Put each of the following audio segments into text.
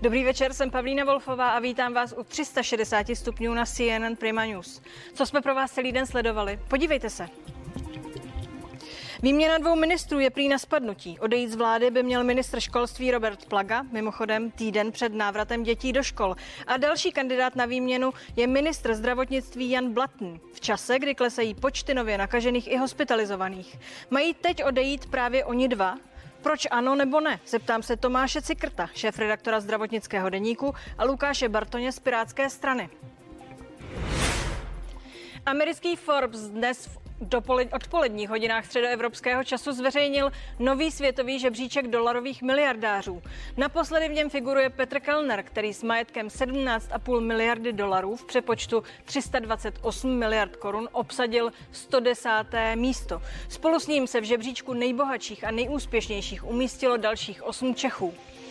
Dobrý večer, jsem Pavlína Wolfová a vítám vás u 360 stupňů na CNN Prima News. Co jsme pro vás celý den sledovali? Podívejte se. Výměna 2 ministrů je prý na spadnutí. Odejít z vlády by měl ministr školství Robert Plaga, mimochodem týden před návratem dětí do škol. A další kandidát na výměnu je ministr zdravotnictví Jan Blatný. V čase, kdy klesají počty nově nakažených i hospitalizovaných. Mají teď odejít právě oni dva? Proč ano nebo ne? Zeptám se Tomáše Cikrta, šéfredaktora zdravotnického deníku, a Lukáše Bartoně z Pirátské strany. Americký Forbes dnes v odpoledních hodinách středoevropského času zveřejnil nový světový žebříček dolarových miliardářů. Naposledy v něm figuruje Petr Kellner, který s majetkem 17,5 miliardy dolarů v přepočtu 328 miliard korun obsadil 110. místo. Spolu s ním se v žebříčku nejbohatších a nejúspěšnějších umístilo dalších 8 Čechů.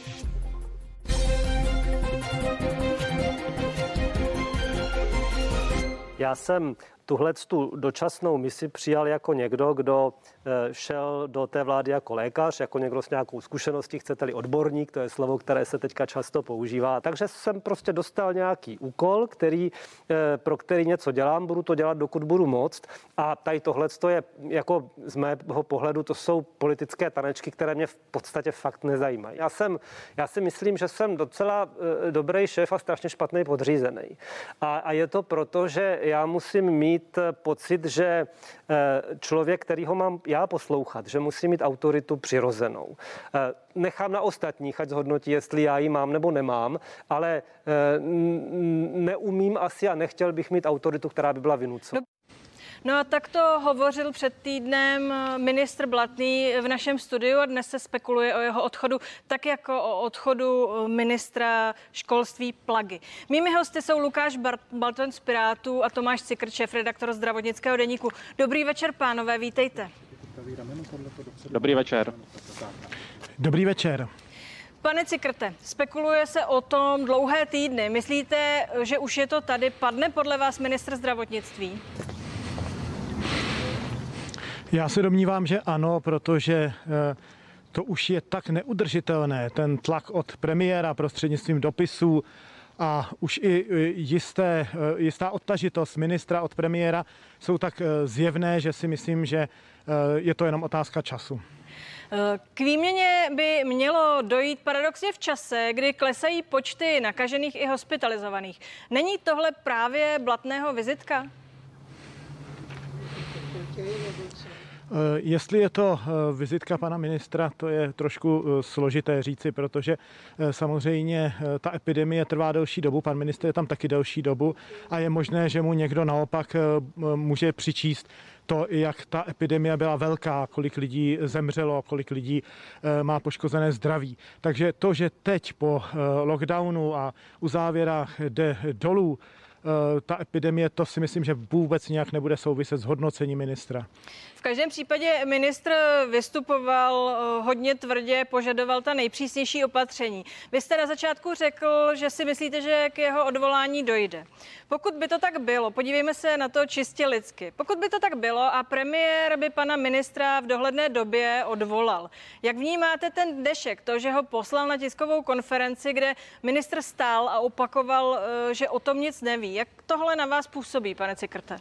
Já jsem tuhletu dočasnou misi přijal jako někdo, kdo šel do té vlády jako lékař, jako někdo s nějakou zkušeností, chcete-li odborník, to je slovo, které se teďka často používá. Takže jsem prostě dostal nějaký úkol, pro který něco dělám, budu to dělat, dokud budu moct. A tady tohleto je, jako z mého pohledu, to jsou politické tanečky, které mě v podstatě fakt nezajímají. Já si myslím, že jsem docela dobrý šéf a strašně špatný podřízený. A je to proto, že já musím mít pocit, že člověk, kterýho mám já poslouchat, že musí mít autoritu přirozenou. Nechám na ostatních, ať zhodnotí, jestli já ji mám nebo nemám, ale neumím asi a nechtěl bych mít autoritu, která by byla vynucena. No a tak to hovořil před týdnem ministr Blatný v našem studiu a dnes se spekuluje o jeho odchodu, tak jako o odchodu ministra školství Plagy. Mými hosty jsou Lukáš Bartoň z Pirátů a Tomáš Cikrt, šéfredaktor zdravotnického deníku. Dobrý večer, pánové, vítejte. Dobrý večer. Dobrý večer. Pane Cikrte, spekuluje se o tom dlouhé týdny. Myslíte, že už je to tady? Padne podle vás ministr zdravotnictví? Já se domnívám, že ano, protože to už je tak neudržitelné, ten tlak od premiéra prostřednictvím dopisů a už i jistá odtažitost ministra od premiéra jsou tak zjevné, že si myslím, že je to jenom otázka času. K výměně by mělo dojít paradoxně v čase, kdy klesají počty nakažených i hospitalizovaných. Není tohle právě Blatného vizitka? Jestli je to vizitka pana ministra, to je trošku složité říci, protože samozřejmě ta epidemie trvá delší dobu, pan ministr je tam taky delší dobu a je možné, že mu někdo naopak může přičíst to, jak ta epidemie byla velká, kolik lidí zemřelo, kolik lidí má poškozené zdraví. Takže to, že teď po lockdownu a uzávěrách jde dolů ta epidemie, to si myslím, že vůbec nějak nebude souviset s hodnocením ministra. V každém případě ministr vystupoval hodně tvrdě, požadoval ta nejpřísnější opatření. Vy jste na začátku řekl, že si myslíte, že k jeho odvolání dojde. Pokud by to tak bylo, podívejme se na to čistě lidsky. Pokud by to tak bylo a premiér by pana ministra v dohledné době odvolal, jak vnímáte ten dnešek, to, že ho poslal na tiskovou konferenci, kde ministr stál a opakoval, že o tom nic neví? Jak tohle na vás působí, pane Cikrte?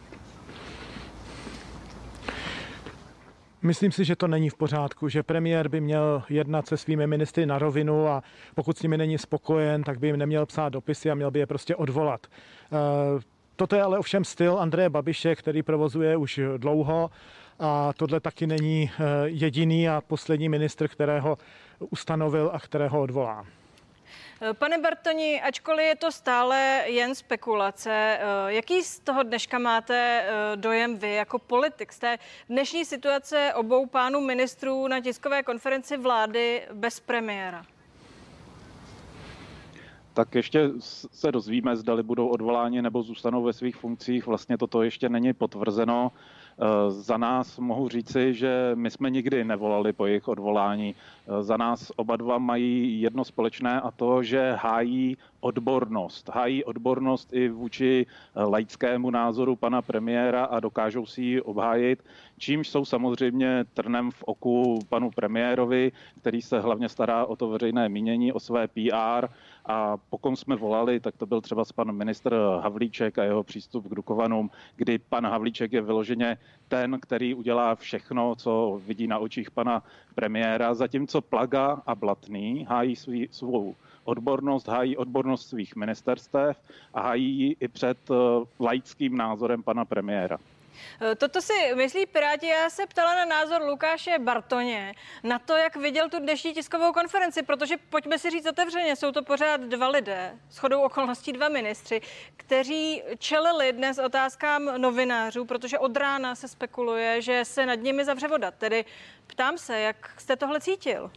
Myslím si, že to není v pořádku, že premiér by měl jednat se svými ministry na rovinu a pokud s nimi není spokojen, tak by jim neměl psát dopisy a měl by je prostě odvolat. Toto je ale ovšem styl Andreje Babiše, který provozuje už dlouho a tohle taky není jediný a poslední ministr, kterého ustanovil a kterého odvolá. Pane Bartoni, ačkoliv je to stále jen spekulace, jaký z toho dneška máte dojem vy jako politik z té dnešní situace obou pánů ministrů na tiskové konferenci vlády bez premiéra? Tak ještě se dozvíme, zdali budou odvoláni nebo zůstanou ve svých funkcích. Vlastně toto ještě není potvrzeno. Za nás mohu říci, že my jsme nikdy nevolali po jejich odvolání. Za nás oba dva mají jedno společné a to, že hájí odbornost. Hájí odbornost i vůči laickému názoru pana premiéra a dokážou si ji obhájit, čímž jsou samozřejmě trnem v oku panu premiérovi, který se hlavně stará o to veřejné mínění, o své PR. A pokud jsme volali, tak to byl třeba pan ministr Havlíček a jeho přístup k Dukovanům, kdy pan Havlíček je vyloženě ten, který udělá všechno, co vidí na očích pana premiéra, zatímco Plaga a Blatný hájí svou odbornost, hájí odbornost svých ministerstev a hájí ji i před laickým názorem pana premiéra. Toto si myslí Piráti. Já se ptala na názor Lukáše Bartoně, na to, jak viděl tu dnešní tiskovou konferenci, protože pojďme si říct otevřeně, jsou to pořád dva lidé, shodou okolností dva ministři, kteří čelili dnes otázkám novinářů, protože od rána se spekuluje, že se nad nimi zavře voda. Tedy ptám se, jak jste tohle cítil?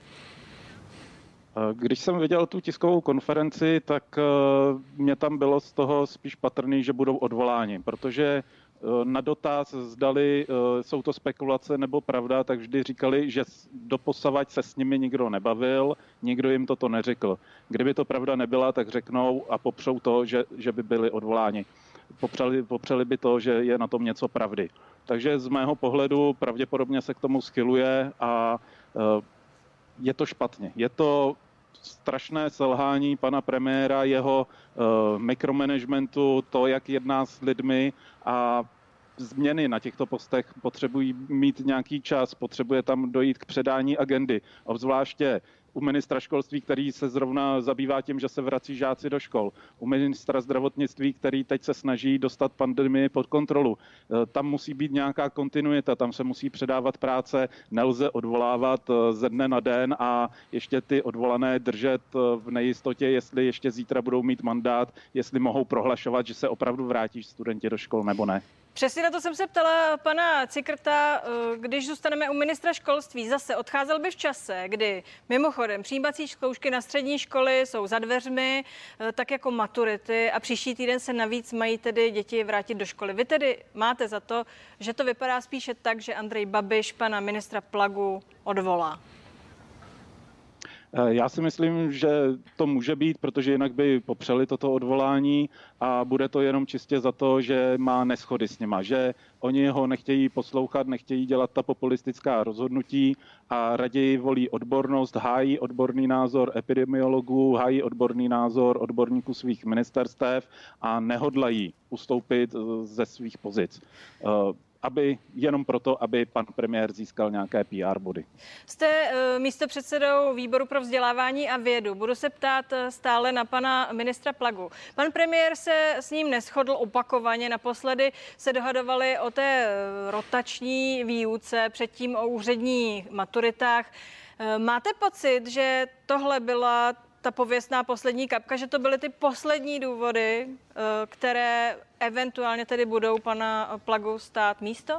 Když jsem viděl tu tiskovou konferenci, tak mě tam bylo z toho spíš patrný, že budou odvoláni, protože na dotaz, zdali jsou to spekulace nebo pravda, tak vždy říkali, že doposavať se s nimi nikdo nebavil, nikdo jim toto neřekl. Kdyby to pravda nebyla, tak řeknou a popřou to, že by byli odvoláni. Popřeli by to, že je na tom něco pravdy. Takže z mého pohledu pravděpodobně se k tomu schyluje a je to špatně. Je to strašné selhání pana premiéra, jeho mikromanagementu, to, jak jedná s lidmi a změny na těchto postech potřebují mít nějaký čas, potřebuje tam dojít k předání agendy, obzvláště u ministra školství, který se zrovna zabývá tím, že se vrací žáci do škol. U ministra zdravotnictví, který teď se snaží dostat pandemii pod kontrolu. Tam musí být nějaká kontinuita, tam se musí předávat práce, nelze odvolávat ze dne na den a ještě ty odvolané držet v nejistotě, jestli ještě zítra budou mít mandát, jestli mohou prohlašovat, že se opravdu vrátí studenti do škol nebo ne. Přesně na to jsem se ptala pana Cikrta, když zůstaneme u ministra školství. Zase odcházel by v čase, kdy mimochodem přijímací zkoušky na střední školy jsou za dveřmi, tak jako maturity a příští týden se navíc mají tedy děti vrátit do školy. Vy tedy máte za to, že to vypadá spíše tak, že Andrej Babiš pana ministra Plagu odvolá? Já si myslím, že to může být, protože jinak by popřeli toto odvolání a bude to jenom čistě za to, že má neshody s nima, že oni ho nechtějí poslouchat, nechtějí dělat ta populistická rozhodnutí a raději volí odbornost, hájí odborný názor epidemiologů, hájí odborný názor odborníků svých ministerstev a nehodlají ustoupit ze svých pozic. Jenom proto, aby pan premiér získal nějaké PR body. Jste místopředsedou výboru pro vzdělávání a vědu. Budu se ptát stále na pana ministra Plagu. Pan premiér se s ním neshodl opakovaně. Naposledy se dohadovali o té rotační výuce, předtím o úředních maturitách. Máte pocit, že tohle byla ta pověstná poslední kapka, že to byly ty poslední důvody, které eventuálně tedy budou pana Plagu stát místo?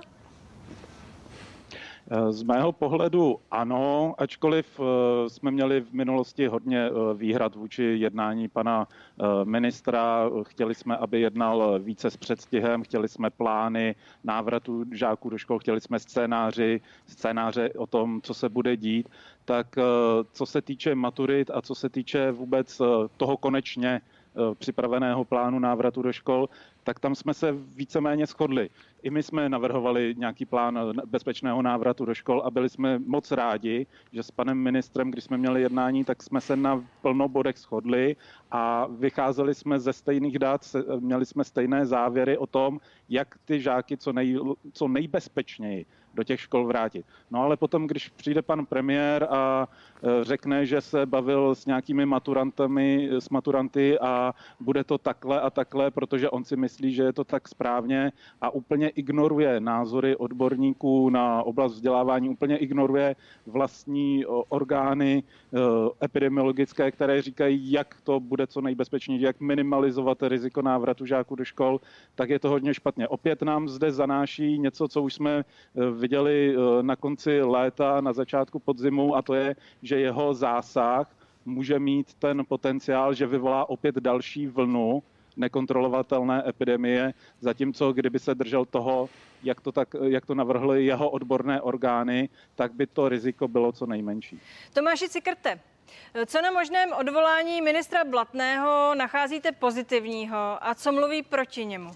Z mého pohledu ano, ačkoliv jsme měli v minulosti hodně výhrad vůči jednání pana ministra. Chtěli jsme, aby jednal více s předstihem, chtěli jsme plány návratu žáků do škol, chtěli jsme scénáře o tom, co se bude dít. Tak co se týče maturit a co se týče vůbec toho konečně připraveného plánu návratu do škol, tak tam jsme se víceméně shodli. I my jsme navrhovali nějaký plán bezpečného návratu do škol a byli jsme moc rádi, že s panem ministrem, když jsme měli jednání, tak jsme se na plno bodech shodli a vycházeli jsme ze stejných dat, měli jsme stejné závěry o tom, jak ty žáky co nejbezpečněji do těch škol vrátit. No ale potom, když přijde pan premiér a řekne, že se bavil s nějakými maturanty a bude to takhle a takhle, protože on si myslí, že je to tak správně a úplně ignoruje názory odborníků na oblast vzdělávání, úplně ignoruje vlastní orgány epidemiologické, které říkají, jak to bude co nejbezpečnější, jak minimalizovat riziko návratu žáků do škol, tak je to hodně špatně. Opět nám zde zanáší něco, co už jsme viděli na konci léta, na začátku podzimu, a to je, že jeho zásah může mít ten potenciál, že vyvolá opět další vlnu nekontrolovatelné epidemie, zatímco kdyby se držel toho, jak to navrhly jeho odborné orgány, tak by to riziko bylo co nejmenší. Tomáši Cikrte, co na možném odvolání ministra Blatného nacházíte pozitivního a co mluví proti němu?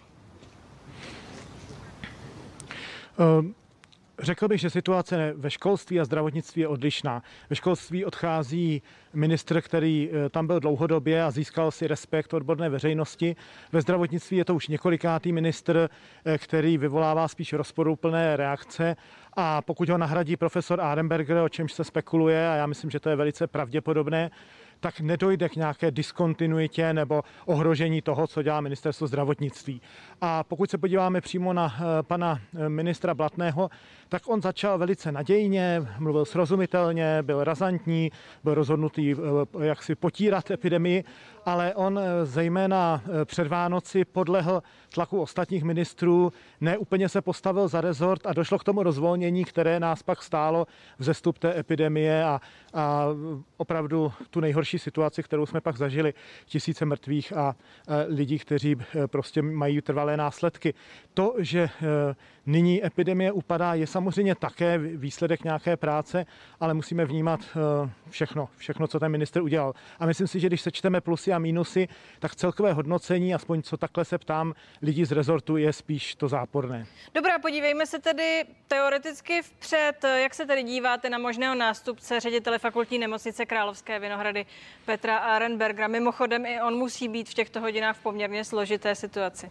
Řekl bych, že situace ve školství a zdravotnictví je odlišná. Ve školství odchází ministr, který tam byl dlouhodobě a získal si respekt odborné veřejnosti. Ve zdravotnictví je to už několikátý ministr, který vyvolává spíš rozporuplné reakce. A pokud ho nahradí profesor Arenberger, o čemž se spekuluje, a já myslím, že to je velice pravděpodobné, tak nedojde k nějaké diskontinuitě nebo ohrožení toho, co dělá ministerstvo zdravotnictví. A pokud se podíváme přímo na pana ministra Blatného, tak on začal velice nadějně, mluvil srozumitelně, byl razantní, byl rozhodnutý jak si potírat epidemii, ale on zejména před Vánoci podlehl tlaku ostatních ministrů, neúplně se postavil za rezort a došlo k tomu rozvolnění, které nás pak stálo vzestup té epidemie a opravdu tu nejhorší situaci, kterou jsme pak zažili, tisíce mrtvých a lidí, kteří prostě mají trvalé následky. To, že nyní epidemie upadá, je samozřejmě také výsledek nějaké práce, ale musíme vnímat všechno, co ten ministr udělal. A myslím si, že když sečteme plusy a mínusy, tak celkové hodnocení, aspoň co takhle se ptám lidí z rezortu, je spíš to záporné. Dobrá, podívejme se tedy teoreticky vpřed. Jak se tedy díváte na možného nástupce ředitele fakultní nemocnice Královské Vinohrady Petra Arenbergera? Mimochodem i on musí být v těchto hodinách v poměrně složité situaci.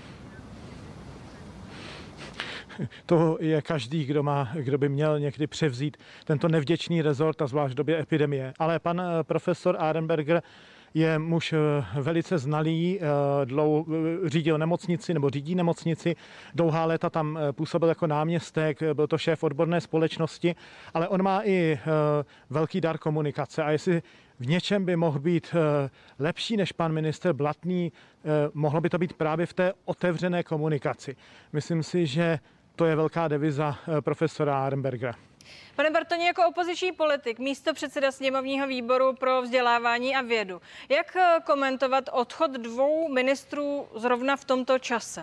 To je každý, kdo by měl někdy převzít tento nevděčný rezort a zvlášť v době epidemie. Ale pan profesor Arenberger je muž velice znalý, řídil nemocnici nebo řídí nemocnici, dlouhá léta tam působil jako náměstek, byl to šéf odborné společnosti, ale on má i velký dar komunikace a jestli v něčem by mohl být lepší než pan ministr Blatný, mohlo by to být právě v té otevřené komunikaci. Myslím si, že to je velká deviza profesora Arenbergera. Pane Bartoně, jako opoziční politik, místopředseda sněmovního výboru pro vzdělávání a vědu, jak komentovat odchod dvou ministrů zrovna v tomto čase?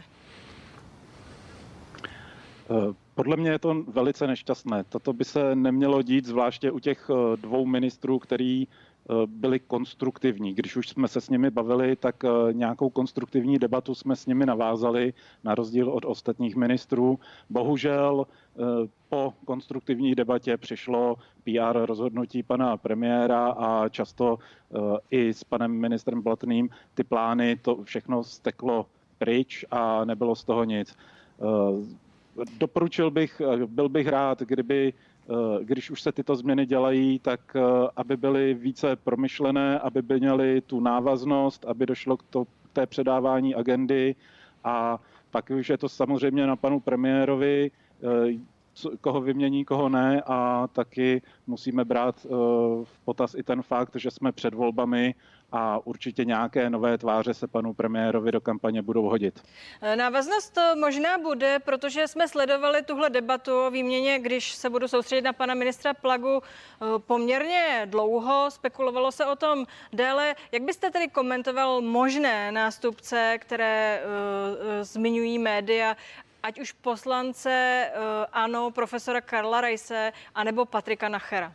Podle mě je to velice nešťastné. Toto by se nemělo dít, zvláště u těch dvou ministrů, který byli konstruktivní. Když už jsme se s nimi bavili, tak nějakou konstruktivní debatu jsme s nimi navázali, na rozdíl od ostatních ministrů. Bohužel po konstruktivní debatě přišlo PR rozhodnutí pana premiéra a často i s panem ministrem Blatným ty plány, to všechno steklo pryč a nebylo z toho nic. Byl bych rád, když už se tyto změny dělají, tak aby byly více promyšlené, aby by měly tu návaznost, aby došlo k té předávání agendy a pak už je to samozřejmě na panu premiérovi, koho vymění, koho ne a taky musíme brát v potaz i ten fakt, že jsme před volbami a určitě nějaké nové tváře se panu premiérovi do kampaně budou hodit. Návaznost možná bude, protože jsme sledovali tuhle debatu o výměně, když se budu soustředit na pana ministra Plagu, poměrně dlouho, spekulovalo se o tom déle. Jak byste tedy komentoval možné nástupce, které zmiňují média, ať už poslance ANO, profesora Karla Raise, anebo Patrika Nachera?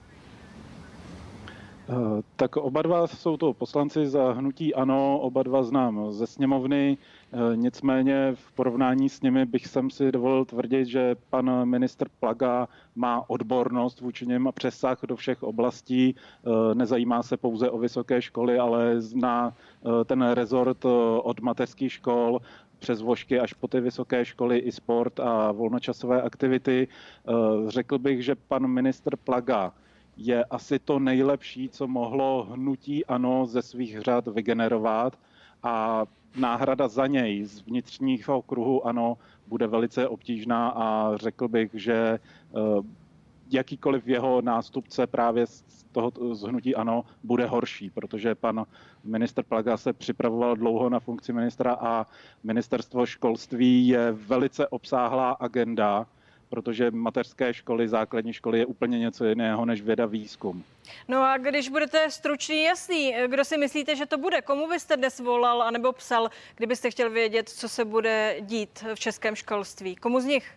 Tak oba dva jsou to poslanci za hnutí ANO, oba dva znám ze sněmovny, nicméně v porovnání s nimi bych si dovolil tvrdit, že pan ministr Plaga má odbornost vůči něm a přesah do všech oblastí, nezajímá se pouze o vysoké školy, ale zná ten rezort od mateřských škol přes vošky až po ty vysoké školy i sport a volnočasové aktivity. Řekl bych, že pan ministr Plaga je asi to nejlepší, co mohlo hnutí ANO ze svých řad vygenerovat a náhrada za něj z vnitřního kruhu ANO bude velice obtížná a řekl bych, že jakýkoliv jeho nástupce právě z hnutí ANO bude horší, protože pan ministr Plaga se připravoval dlouho na funkci ministra a ministerstvo školství je velice obsáhlá agenda protože mateřské školy, základní školy je úplně něco jiného než věda, výzkum. No a když budete stručný, jasný, kdo si myslíte, že to bude? Komu byste dnes volal anebo psal, kdybyste chtěl vědět, co se bude dít v českém školství? Komu z nich?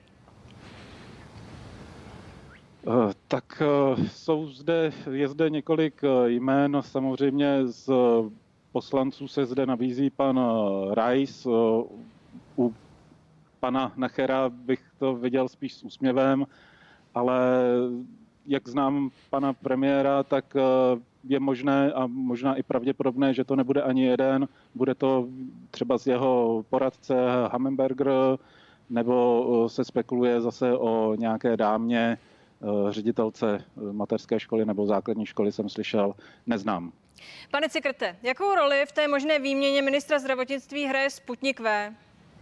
Tak je zde několik jmén. Samozřejmě z poslanců se zde nabízí pan Rais. U pana Nachera bych to viděl spíš s úsměvem, ale jak znám pana premiéra, tak je možné a možná i pravděpodobné, že to nebude ani jeden. Bude to třeba z jeho poradce Hammenberger, nebo se spekuluje zase o nějaké dámě, ředitelce mateřské školy nebo základní školy jsem slyšel, neznám. Pane Cikrte, jakou roli v té možné výměně ministra zdravotnictví hraje Sputnik V?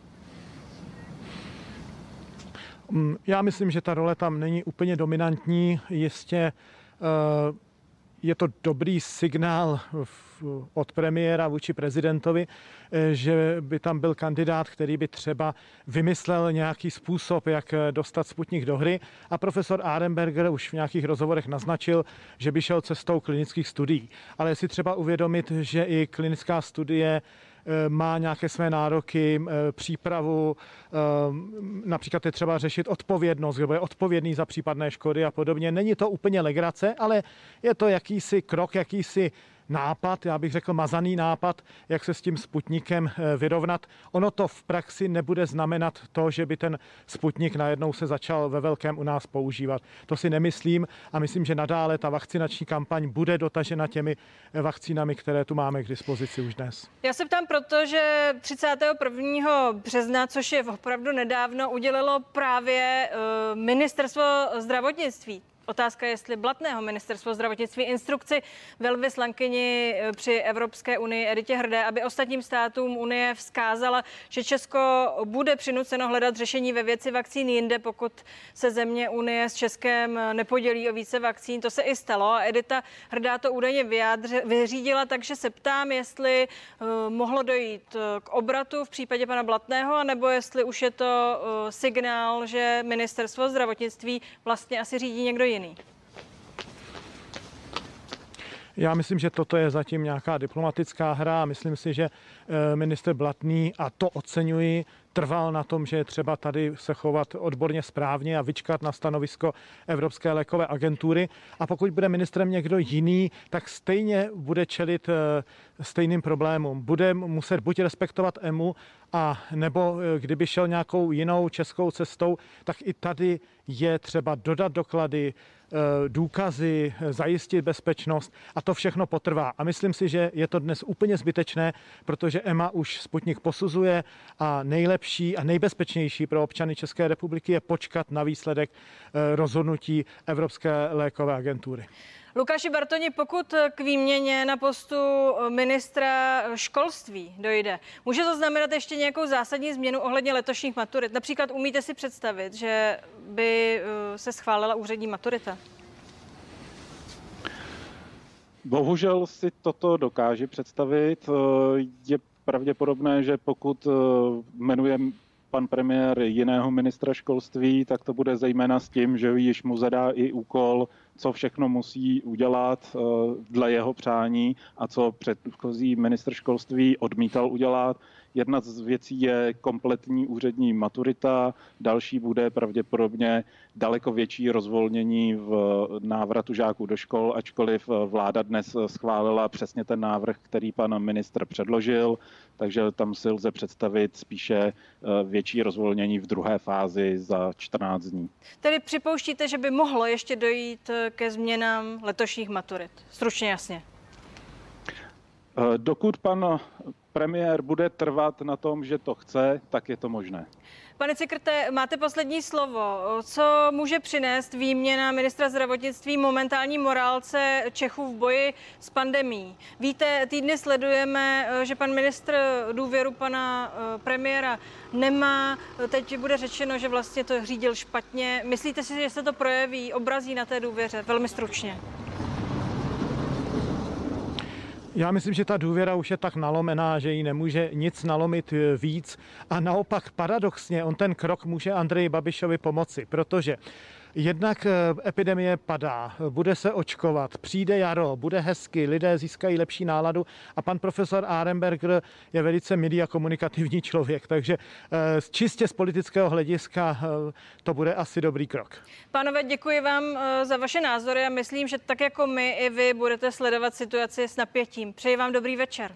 Já myslím, že ta role tam není úplně dominantní. Jistě je to dobrý signál od premiéra vůči prezidentovi, že by tam byl kandidát, který by třeba vymyslel nějaký způsob, jak dostat Sputnik do hry. A profesor Arenberger už v nějakých rozhovorech naznačil, že by šel cestou klinických studií. Ale je si třeba uvědomit, že i klinická studie má nějaké své nároky, přípravu, například je třeba řešit odpovědnost, kdo je odpovědný za případné škody a podobně. Není to úplně legrace, ale je to jakýsi krok, jakýsi nápad, já bych řekl mazaný nápad, jak se s tím Sputnikem vyrovnat. Ono to v praxi nebude znamenat to, že by ten Sputnik najednou se začal ve velkém u nás používat. To si nemyslím a myslím, že nadále ta vakcinační kampaň bude dotažena těmi vakcínami, které tu máme k dispozici už dnes. Já se ptám proto, že 31. března, což je opravdu nedávno, udělilo právě ministerstvo zdravotnictví. Otázka je, jestli Blatného ministerstvo zdravotnictví instrukci velvyslankyni při Evropské unii Editě Hrdé, aby ostatním státům Unie vzkázala, že Česko bude přinuceno hledat řešení ve věci vakcín jinde, pokud se země Unie s Českem nepodělí o více vakcín. To se i stalo a Edita Hrdá to údajně vyřídila, takže se ptám, jestli mohlo dojít k obratu v případě pana Blatného, anebo jestli už je to signál, že ministerstvo zdravotnictví vlastně asi řídí někdo jiný. Já myslím, že toto je zatím nějaká diplomatická hra. Myslím si, že ministr Blatný, a to oceňuji, trval na tom, že je třeba tady se chovat odborně správně a vyčkat na stanovisko Evropské lékové agentury. A pokud bude ministrem někdo jiný, tak stejně bude čelit stejným problémům. Bude muset buď respektovat EMA, a nebo kdyby šel nějakou jinou českou cestou, tak i tady je třeba dodat doklady, důkazy, zajistit bezpečnost a to všechno potrvá. A myslím si, že je to dnes úplně zbytečné, protože EMA už Sputnik posuzuje a nejlepší a nejbezpečnější pro občany České republiky je počkat na výsledek rozhodnutí Evropské lékové agentury. Lukáši Bartoni, pokud k výměně na postu ministra školství dojde, může to znamenat ještě nějakou zásadní změnu ohledně letošních maturit? Například umíte si představit, že by se schválila úřední maturita? Bohužel si toto dokáže představit. Je pravděpodobné, že pokud jmenuje pan premiér jiného ministra školství, tak to bude zejména s tím, že již mu zadá i úkol, co všechno musí udělat dle jeho přání a co předchozí ministr školství odmítal udělat. Jedna z věcí je kompletní úřední maturita, další bude pravděpodobně daleko větší rozvolnění v návratu žáků do škol, ačkoliv vláda dnes schválila přesně ten návrh, který pan ministr předložil, takže tam si lze představit spíše větší rozvolnění v druhé fázi za 14 dní. Tedy připouštíte, že by mohlo ještě dojít ke změnám letošních maturit? Stručně jasně. Dokud pan premiér bude trvat na tom, že to chce, tak je to možné. Pane Cikrte, máte poslední slovo. Co může přinést výměna ministra zdravotnictví momentální morálce Čechů v boji s pandemií? Víte, týdny sledujeme, že pan ministr důvěru pana premiéra nemá. Teď bude řečeno, že vlastně to řídil špatně. Myslíte si, že se to projeví, obrazí na té důvěře? Velmi stručně. Já myslím, že ta důvěra už je tak nalomená, že ji nemůže nic nalomit víc. A naopak paradoxně on ten krok může Andreji Babišovi pomoci, protože jednak epidemie padá, bude se očkovat, přijde jaro, bude hezky, lidé získají lepší náladu a pan profesor Arenberger je velice milý a komunikativní člověk, takže čistě z politického hlediska to bude asi dobrý krok. Pánové, děkuji vám za vaše názory a myslím, že tak jako my i vy budete sledovat situaci s napětím. Přeji vám dobrý večer.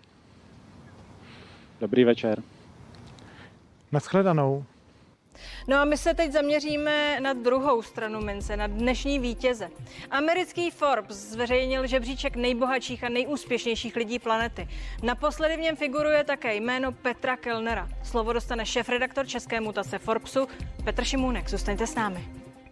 Dobrý večer. Nashledanou. No a my se teď zaměříme na druhou stranu mince, na dnešní vítěze. Americký Forbes zveřejnil žebříček nejbohatších a nejúspěšnějších lidí planety. Naposledy v něm figuruje také jméno Petra Kellnera. Slovo dostane šéfredaktor české mutace Forbesu Petr Šimůnek. Zůstaňte s námi.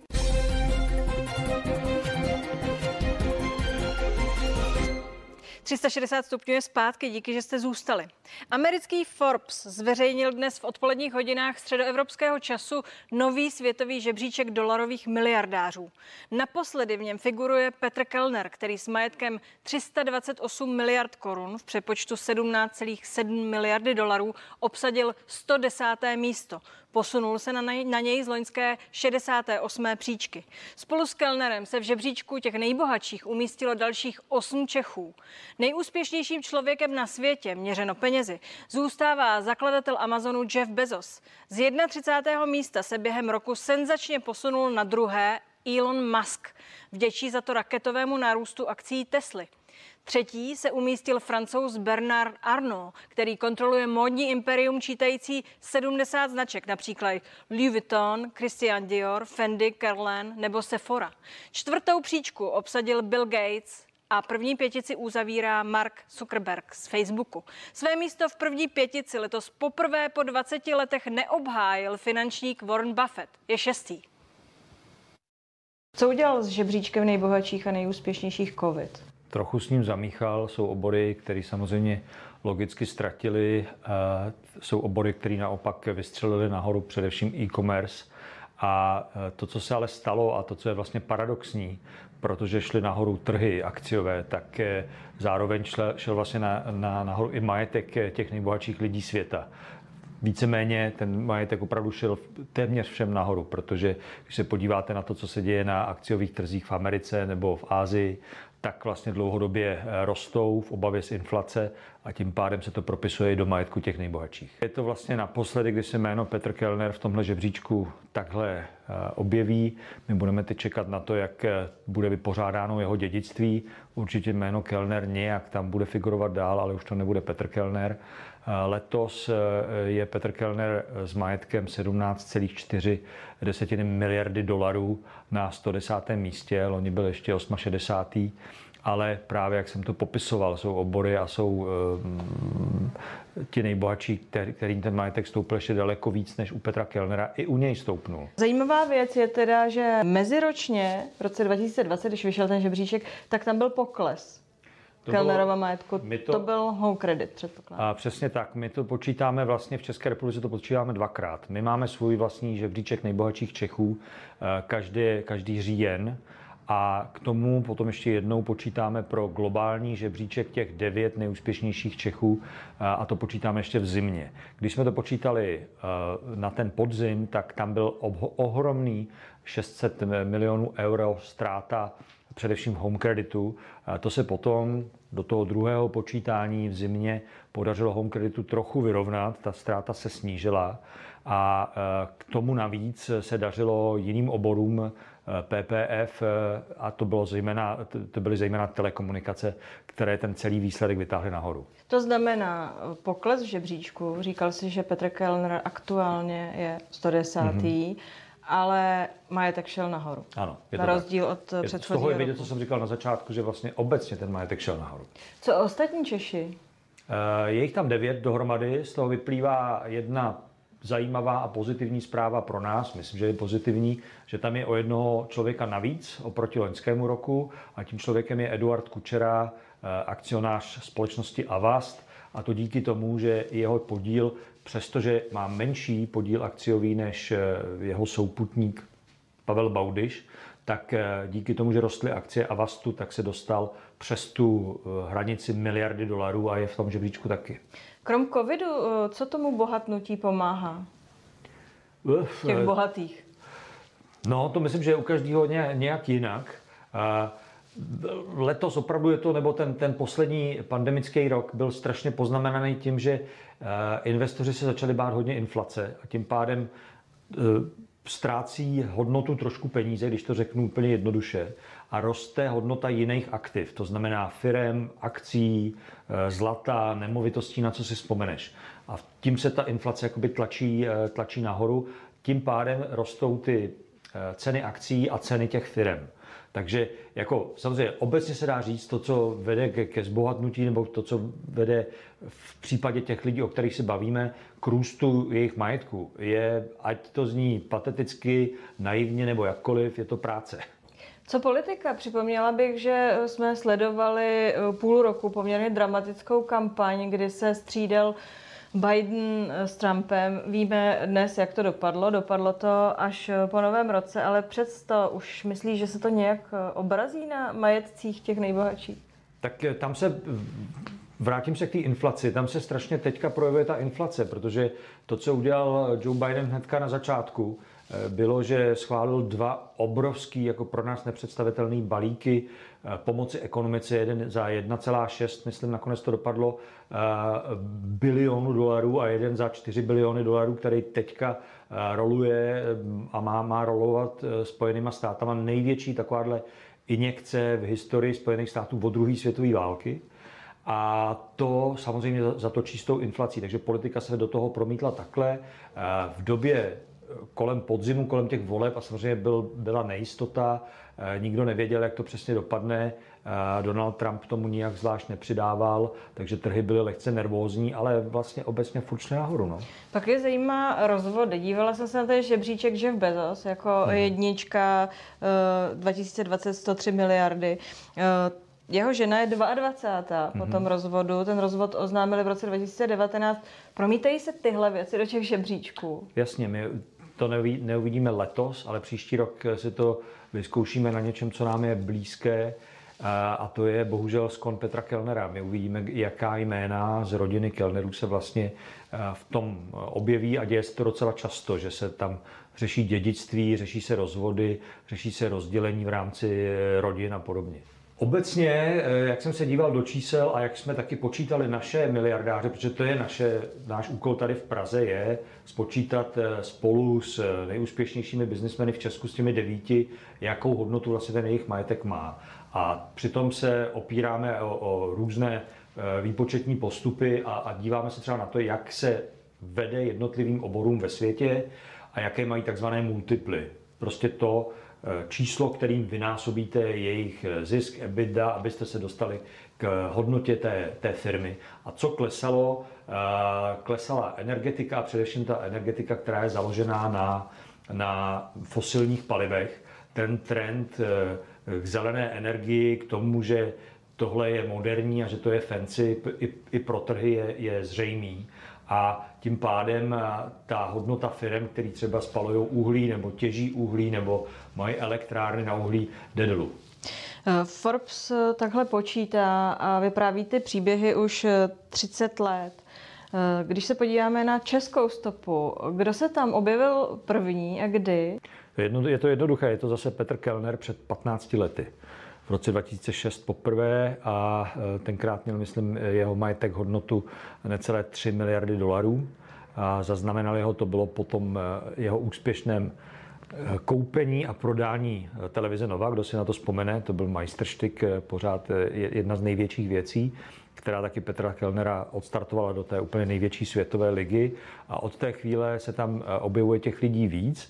...360 stupňů je zpátky, díky, že jste zůstali. Americký Forbes zveřejnil dnes v odpoledních hodinách středoevropského času nový světový žebříček dolarových miliardářů. Naposledy v něm figuruje Petr Kellner, který s majetkem 328 miliard korun v přepočtu 17,7 miliardy dolarů obsadil 110. místo. Posunul se na něj z loňské 68. příčky. Spolu s Kellnerem se v žebříčku těch nejbohatších umístilo dalších 8 Čechů. Nejúspěšnějším člověkem na světě, měřeno penězi, zůstává zakladatel Amazonu Jeff Bezos. Z 31. místa se během roku senzačně posunul na druhé Elon Musk. Vděčí za to raketovému nárůstu akcií Tesly. Třetí se umístil Francouz Bernard Arnault, který kontroluje módní imperium čítající 70 značek, například Louis Vuitton, Christian Dior, Fendi, Guerlain nebo Sephora. Čtvrtou příčku obsadil Bill Gates a první pětici uzavírá Mark Zuckerberg z Facebooku. Své místo v první pětici letos poprvé po 20 letech neobhájil finančník Warren Buffett. Je 6. Co udělal s žebříčkem nejbohatších a nejúspěšnějších COVID? Trochu s ním zamíchal, jsou obory, které samozřejmě logicky ztratili, jsou obory, které naopak vystřelili nahoru, především e-commerce. A to, co se ale stalo a to, co je vlastně paradoxní, protože šly nahoru trhy akciové, tak zároveň šel vlastně nahoru i majetek těch nejbohatších lidí světa. Víceméně ten majetek opravdu šel téměř všem nahoru, protože když se podíváte na to, co se děje na akciových trzích v Americe nebo v Asii, tak vlastně dlouhodobě rostou v obavě z inflace a tím pádem se to propisuje i do majetku těch nejbohatších. Je to vlastně naposledy, když se jméno Petr Kellner v tomhle žebříčku takhle objeví. My budeme teď čekat na to, jak bude vypořádáno jeho dědictví. Určitě jméno Kellner nějak tam bude figurovat dál, ale už to nebude Petr Kellner. Letos je Petr Kellner s majetkem 17,4 miliardy dolarů na 110. místě, loni byl ještě 68. Ale právě, jak jsem to popisoval, jsou obory a jsou ti nejbohatší, kterým ten majetek stoupil ještě daleko víc než u Petra Kellnera, i u něj stoupnul. Zajímavá věc je teda, že meziročně v roce 2020, když vyšel ten žebříček, tak tam byl pokles Kellnerova majetku. To byl home credit, předpokládám. A přesně tak. My to počítáme vlastně v České republice, to počítáme dvakrát. My máme svůj vlastní žebříček nejbohatších Čechů každý říjen. A k tomu potom ještě jednou počítáme pro globální žebříček těch 9 nejúspěšnějších Čechů a to počítáme ještě v zimě. Když jsme to počítali na ten podzim, tak tam byl ohromný 600 milionů euro ztráta především v home creditu. To se potom do toho druhého počítání v zimě podařilo home creditu trochu vyrovnat, ta ztráta se snížila a k tomu navíc se dařilo jiným oborům PPF a to byly zejména telekomunikace, které ten celý výsledek vytáhly nahoru. To znamená pokles v žebříčku. Říkal si, že Petr Kellner aktuálně je 110. Ale majetek šel nahoru. Ano. Na rozdíl od předchozího Z toho je vidět, roku. co jsem říkal na začátku, že vlastně obecně ten majetek šel nahoru. Co ostatní Češi? Je jich tam 9 dohromady, z toho vyplývá jedna zajímavá a pozitivní zpráva pro nás, myslím, že je pozitivní, že tam je o jednoho člověka navíc oproti loňskému roku a tím člověkem je Eduard Kučera, akcionář společnosti Avast a to díky tomu, že jeho podíl, přestože má menší podíl akciový než jeho souputník Pavel Baudyš, tak díky tomu, že rostly akcie Avastu, tak se dostal přes tu hranici miliardy dolarů a je v tom žebříčku taky. Krom covidu, co tomu bohatnutí pomáhá? Těch bohatých. No, to myslím, že je u každého nějak jinak. Letos opravdu je to, nebo ten poslední pandemický rok byl strašně poznamenaný tím, že investoři se začali bát hodně inflace a tím pádem ztrácí hodnotu trošku peníze, když to řeknu úplně jednoduše, a roste hodnota jiných aktiv, to znamená firem, akcí, zlata, nemovitostí, na co si vzpomeneš. A tím se ta inflace jakoby tlačí nahoru, tím pádem rostou ty ceny akcí a ceny těch firem. Takže jako samozřejmě obecně se dá říct, to, co vede ke zbohatnutí, nebo to, co vede v případě těch lidí, o kterých se bavíme, k růstu jejich majetku, je, ať to zní pateticky, naivně nebo jakkoliv, je to práce. Co politika? Připomněla bych, že jsme sledovali půl roku poměrně dramatickou kampaň, kdy se střídal Biden s Trumpem. Víme dnes, jak to dopadlo. Dopadlo to až po novém roce, ale přesto už myslíš, že se to nějak obrazí na majetcích těch nejbohatších? Tak tam vrátím se k té inflaci. Tam se strašně teďka projevuje ta inflace, protože to, co udělal Joe Biden hnedka na začátku, bylo, že schválil 2 obrovský, jako pro nás nepředstavitelný balíky pomoci ekonomice, jeden za 1,6, myslím, nakonec to dopadlo, bilionů dolarů a jeden za 4 biliony dolarů, který teďka roluje a má rolovat Spojenýma státama. Největší takováhle injekce v historii Spojených států od druhé světové války. A to samozřejmě zatočí s tou inflací. Takže politika se do toho promítla takhle. V době kolem podzimu, kolem těch voleb a samozřejmě byla nejistota, nikdo nevěděl, jak to přesně dopadne. Donald Trump tomu nijak zvlášť nepřidával, takže trhy byly lehce nervózní, ale vlastně obecně furt šly nahoru. No. Pak je zajímá rozvody. Dívala jsem se na ten žebříček Jeff Bezos jako jednička 2020 103 miliardy. Jeho žena je 22. po tom rozvodu. Ten rozvod oznámili v roce 2019. Promítají se tyhle věci do těch žebříčků? Jasně, my to neuvidíme letos, ale příští rok si to vyzkoušíme na něčem, co nám je blízké, a to je bohužel skon Petra Kellnera. My uvidíme, jaká jména z rodiny Kellnerů se vlastně v tom objeví a děje se to docela často, že se tam řeší dědictví, řeší se rozvody, řeší se rozdělení v rámci rodin a podobně. Obecně, jak jsem se díval do čísel a jak jsme taky počítali naše miliardáře, protože to je náš úkol tady v Praze, je spočítat spolu s nejúspěšnějšími biznismeny v Česku, s těmi 9, jakou hodnotu vlastně ten jejich majetek má. A přitom se opíráme o různé výpočetní postupy a díváme se třeba na to, jak se vede jednotlivým oborům ve světě a jaké mají takzvané multiply. Prostě to číslo, kterým vynásobíte jejich zisk, EBITDA, abyste se dostali k hodnotě té firmy. A co klesalo? Klesala energetika a především ta energetika, která je založená na fosilních palivech. Ten trend k zelené energii, k tomu, že tohle je moderní a že to je fancy, i pro trhy je zřejmý. A tím pádem ta hodnota firem, který třeba spalují uhlí nebo těží uhlí nebo mají elektrárny na uhlí, jde dolů. Forbes takhle počítá a vypráví ty příběhy už 30 let. Když se podíváme na českou stopu, kdo se tam objevil první a kdy? Je to jednoduché, je to zase Petr Kellner před 15 lety. V roce 2006 poprvé a tenkrát měl, myslím, jeho majetek hodnotu necelé 3 miliardy dolarů. A zaznamenali ho, to bylo potom jeho úspěšném koupení a prodání televize Nova, kdo si na to vzpomene, to byl majstrštyk, pořád jedna z největších věcí, která taky Petra Kellnera odstartovala do té úplně největší světové ligy a od té chvíle se tam objevuje těch lidí víc.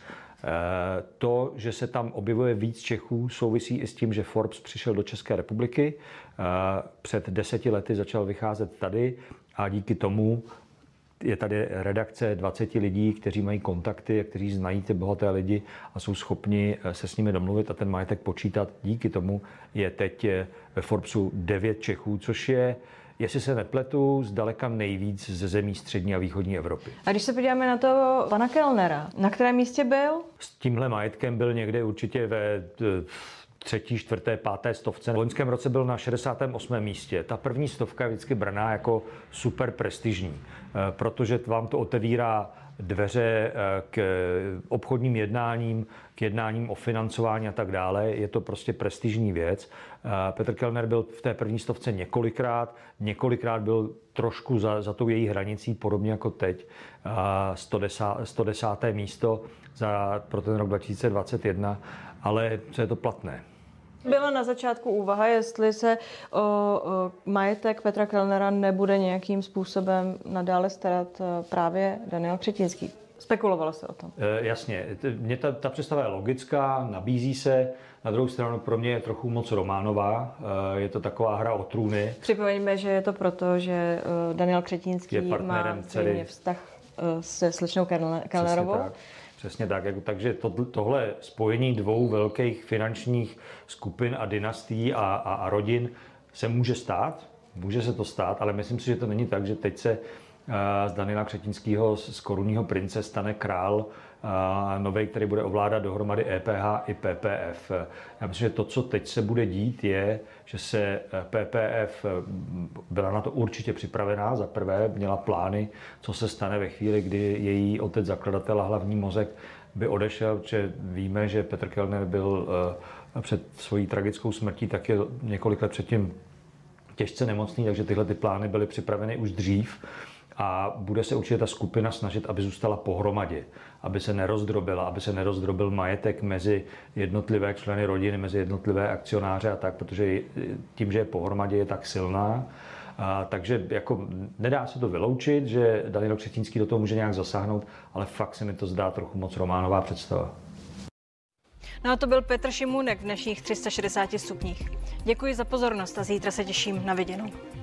To, že se tam objevuje víc Čechů, souvisí i s tím, že Forbes přišel do České republiky. Před 10 lety začal vycházet tady a díky tomu je tady redakce 20 lidí, kteří mají kontakty a kteří znají ty bohaté lidi a jsou schopni se s nimi domluvit a ten majetek počítat. Díky tomu je teď ve Forbesu 9 Čechů, což je jestli se nepletu, zdaleka nejvíc ze zemí střední a východní Evropy. A když se podíváme na to pana Kellnera, na kterém místě byl? S tímhle majetkem byl někde určitě ve 3., 4., 5. stovce. V loňském roce byl na 68. místě. Ta první stovka je vždycky braná jako super prestižní, protože vám to otevírá dveře k obchodním jednáním, k jednáním o financování a tak dále. Je to prostě prestižní věc. Petr Kellner byl v té první stovce několikrát byl trošku za tou její hranicí, podobně jako teď. 110. místo pro ten rok 2021, ale co je to platné? Byla na začátku úvaha, jestli se o majetek Petra Kellnera nebude nějakým způsobem nadále starat právě Daniel Křetínský. Spekulovalo se o tom. Jasně, mě ta představa je logická, nabízí se. Na druhou stranu pro mě je trochu moc románová. Je to taková hra o trůny. Připomeňme, že je to proto, že Daniel Křetínský má vztah se slečnou Kellnerovou. Přesně tak. Takže tohle spojení dvou velkých finančních skupin a dynastií a rodin se může stát. Může se to stát, ale myslím si, že to není tak, že teď se z Daniela Křetínského, z korunního prince, stane král novej, který bude ovládat dohromady EPH i PPF. Já myslím, že to, co teď se bude dít, je, že se PPF byla na to určitě připravená. Za prvé měla plány, co se stane ve chvíli, kdy její otec zakladatel a hlavní mozek by odešel, protože víme, že Petr Kellner byl před svojí tragickou smrtí taky několik let předtím těžce nemocný, takže tyhle ty plány byly připraveny už dřív. A bude se určitě ta skupina snažit, aby zůstala pohromadě, aby se nerozdrobila, aby se nerozdrobil majetek mezi jednotlivé členy rodiny, mezi jednotlivé akcionáře a tak, protože tím, že je pohromadě, je tak silná. Takže jako nedá se to vyloučit, že Daniel Křetínský do toho může nějak zasáhnout, ale fakt se mi to zdá trochu moc románová představa. No a to byl Petr Šimůnek v dnešních 360 stupních. Děkuji za pozornost a zítra se těším na viděnou.